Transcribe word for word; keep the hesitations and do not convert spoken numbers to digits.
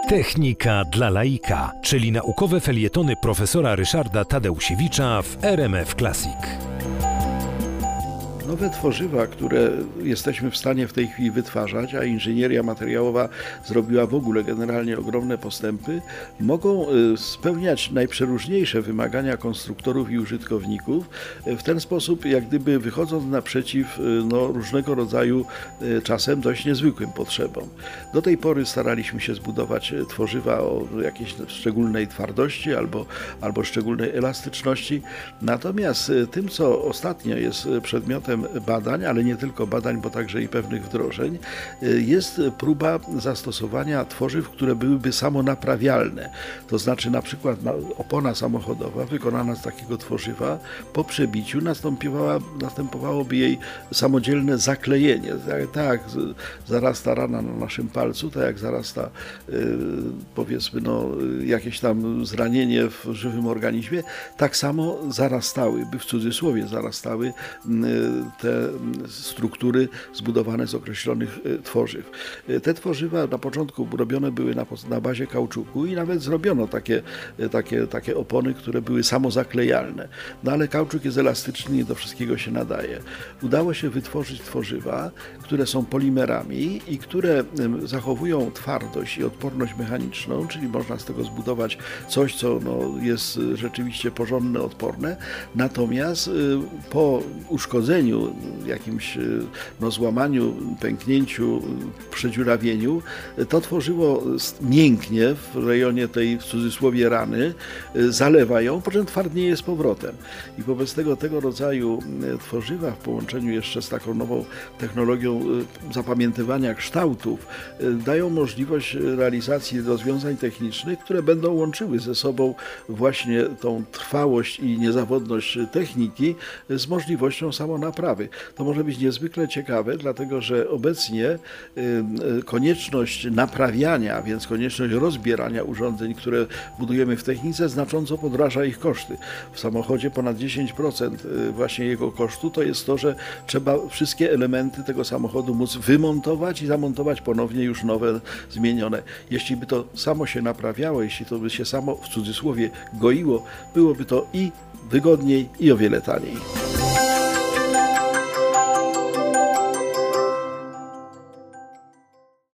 Technika dla laika, czyli naukowe felietony profesora Ryszarda Tadeusiewicza w R M F Classic. Nowe tworzywa, które jesteśmy w stanie w tej chwili wytwarzać, a inżynieria materiałowa zrobiła w ogóle generalnie ogromne postępy, mogą spełniać najprzeróżniejsze wymagania konstruktorów i użytkowników w ten sposób, jak gdyby wychodząc naprzeciw no, różnego rodzaju, czasem dość niezwykłym potrzebom. Do tej pory staraliśmy się zbudować tworzywa o jakiejś szczególnej twardości albo, albo szczególnej elastyczności, natomiast tym, co ostatnio jest przedmiotem badań, ale nie tylko badań, bo także i pewnych wdrożeń, jest próba zastosowania tworzyw, które byłyby samonaprawialne. To znaczy na przykład opona samochodowa wykonana z takiego tworzywa po przebiciu następowała, następowałoby jej samodzielne zaklejenie. Tak jak zarasta rana na naszym palcu, tak jak zarasta powiedzmy no, jakieś tam zranienie w żywym organizmie, tak samo zarastałyby, w cudzysłowie zarastały te struktury zbudowane z określonych tworzyw. Te tworzywa na początku robione były na, na bazie kauczuku i nawet zrobiono takie, takie, takie opony, które były samozaklejalne. No ale kauczuk jest elastyczny, nie do wszystkiego się nadaje. Udało się wytworzyć tworzywa, które są polimerami i które zachowują twardość i odporność mechaniczną, czyli można z tego zbudować coś, co no, jest rzeczywiście porządne, odporne. Natomiast po uszkodzeniu, jakimś no, złamaniu, pęknięciu, przedziurawieniu, to tworzywo mięknie w rejonie tej w cudzysłowie rany, zalewa ją, po czym twardnieje z powrotem. I wobec tego tego rodzaju tworzywa w połączeniu jeszcze z taką nową technologią zapamiętywania kształtów dają możliwość realizacji rozwiązań technicznych, które będą łączyły ze sobą właśnie tą trwałość i niezawodność techniki z możliwością samonaprawy. To może być niezwykle ciekawe, dlatego że obecnie konieczność naprawiania, a więc konieczność rozbierania urządzeń, które budujemy w technice, znacząco podraża ich koszty. W samochodzie ponad dziesięć procent właśnie jego kosztu to jest to, że trzeba wszystkie elementy tego samochodu móc wymontować i zamontować ponownie już nowe, zmienione. Jeśli by to samo się naprawiało, jeśli to by się samo w cudzysłowie goiło, byłoby to i wygodniej, i o wiele taniej.